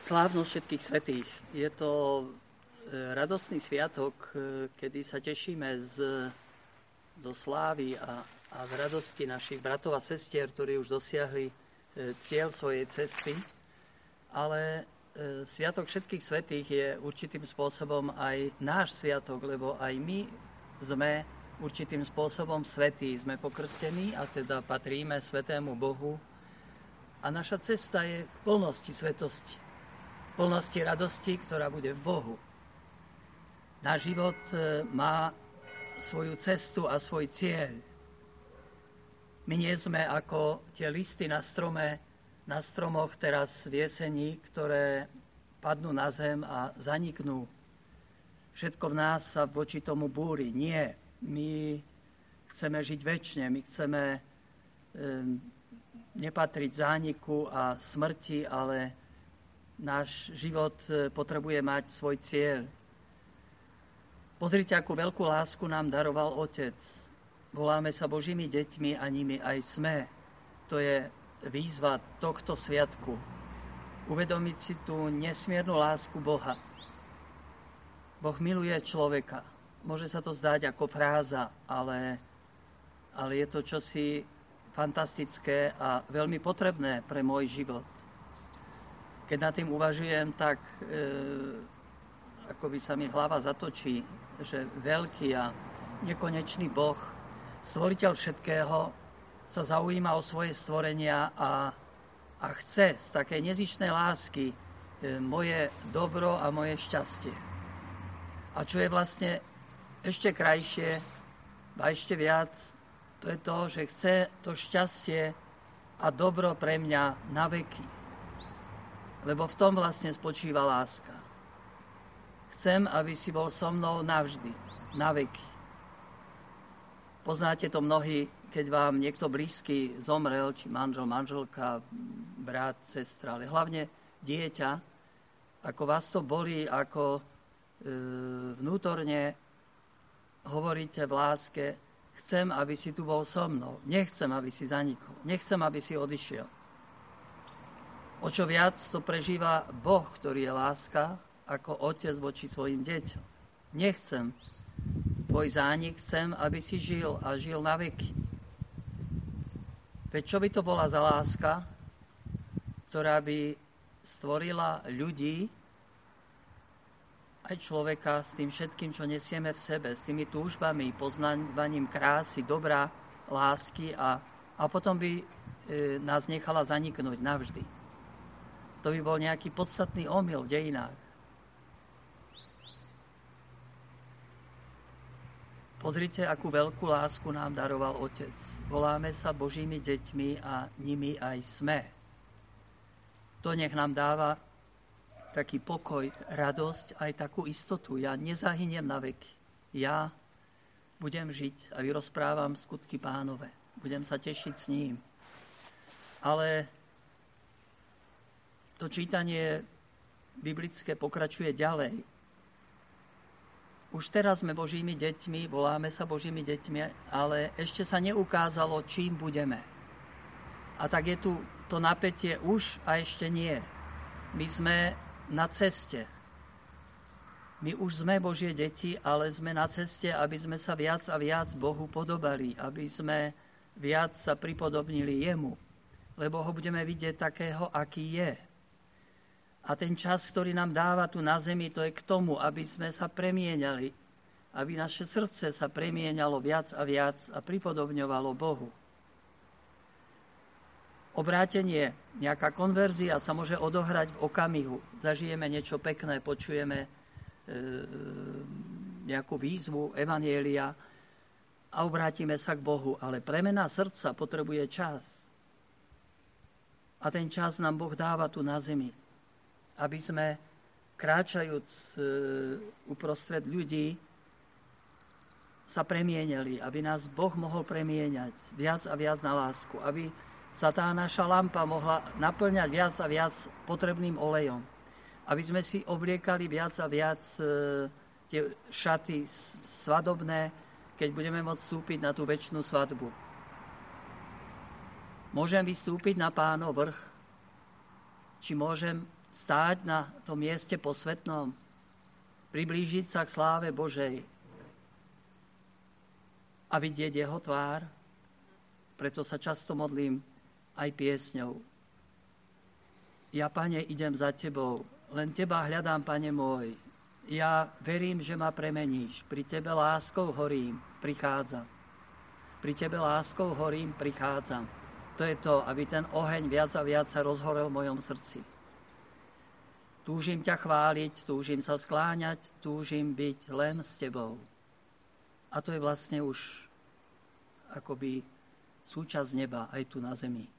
Slávnosť všetkých svätých. Je to radostný sviatok, kedy sa tešíme zo slávy a z radosti našich bratov a sestier, ktorí už dosiahli cieľ svojej cesty. Ale sviatok všetkých svätých je určitým spôsobom aj náš sviatok, lebo aj my sme určitým spôsobom svätí. Sme pokrstení a teda patríme svätému Bohu. A naša cesta je k plnosti svetosti. Plnosti radosti, ktorá bude v Bohu. Náš život má svoju cestu a svoj cieľ. My nie sme ako tie listy na stromoch teraz v jeseni, ktoré padnú na zem a zaniknú. Všetko v nás sa voči tomu búri. Nie. My chceme žiť večne. My chceme nepatriť zániku a smrti, ale náš život potrebuje mať svoj cieľ. Pozrite, akú veľkú lásku nám daroval Otec. Voláme sa Božími deťmi a nimi aj sme. To je výzva tohto sviatku. Uvedomiť si tú nesmiernu lásku Boha. Boh miluje človeka. Môže sa to zdať ako fráza, ale je to čosi fantastické a veľmi potrebné pre môj život. Keď nad tým uvažujem, tak ako by sa mi hlava zatočí, že veľký a nekonečný Boh, stvoriteľ všetkého, sa zaujíma o svoje stvorenia a chce z takej nezištnej lásky moje dobro a moje šťastie. A čo je vlastne ešte krajšie a ešte viac, to je to, že chce to šťastie a dobro pre mňa na veky. Lebo v tom vlastne spočíva láska. Chcem, aby si bol so mnou navždy, na veky. Poznáte to mnohí, keď vám niekto blízky zomrel, či manžel, manželka, brat, sestra, ale hlavne dieťa, ako vás to bolí, ako vnútorne hovoríte v láske, chcem, aby si tu bol so mnou, nechcem, aby si zanikol, nechcem, aby si odišiel. O čo viac to prežíva Boh, ktorý je láska, ako otec voči svojim deťom. Nechcem tvoj zánik, chcem, aby si žil a žil na veky. Veď čo by to bola za láska, ktorá by stvorila ľudí, aj človeka s tým všetkým, čo nesieme v sebe, s tými túžbami, poznávaním krásy, dobra, lásky a potom by nás nechala zaniknúť navždy. To by bol nejaký podstatný omyl v dejinách. Pozrite, akú veľkú lásku nám daroval Otec. Voláme sa Božími deťmi a nimi aj sme. To nech nám dáva taký pokoj, radosť, aj takú istotu. Ja nezahyniem na veky. Ja budem žiť a vyrozprávam skutky Pánove. Budem sa tešiť s ním. Ale to čítanie biblické pokračuje ďalej. Už teraz sme Božími deťmi, voláme sa Božími deťmi, ale ešte sa neukázalo, čím budeme. A tak je tu to napätie už a ešte nie. My sme na ceste. My už sme Božie deti, ale sme na ceste, aby sme sa viac a viac Bohu podobali, aby sme viac sa pripodobnili Jemu, lebo ho budeme vidieť takého, aký je. A ten čas, ktorý nám dáva tu na zemi, to je k tomu, aby sme sa premieňali, aby naše srdce sa premieňalo viac a pripodobňovalo Bohu. Obrátenie, nejaká konverzia sa môže odohrať v okamihu. Zažijeme niečo pekné, počujeme nejakú výzvu evanjelia a obrátime sa k Bohu. Ale premena srdca potrebuje čas. A ten čas nám Boh dáva tu na zemi, aby sme, kráčajúc uprostred ľudí, sa premienili, aby nás Boh mohol premieňať viac a viac na lásku, aby sa tá naša lampa mohla naplňať viac a viac potrebným olejom, aby sme si obliekali viac a viac tie šaty svadobné, keď budeme môcť vstúpiť na tú večnú svadbu. Môžem vystúpiť na Pánov vrch, či môžem stáť na tom mieste posvätnom, priblížiť sa k sláve Božej a vidieť jeho tvár. Preto sa často modlím aj piesňou. Ja, Pane, idem za Tebou, len Teba hľadám, Pane môj. Ja verím, že ma premeníš. Pri Tebe láskou horím, prichádzam. Pri Tebe láskou horím, prichádzam. To je to, aby ten oheň viac a viac sa rozhorel v mojom srdci. Túžim ťa chváliť, túžim sa skláňať, túžim byť len s Tebou. A to je vlastne už akoby súčasť neba aj tu na zemi.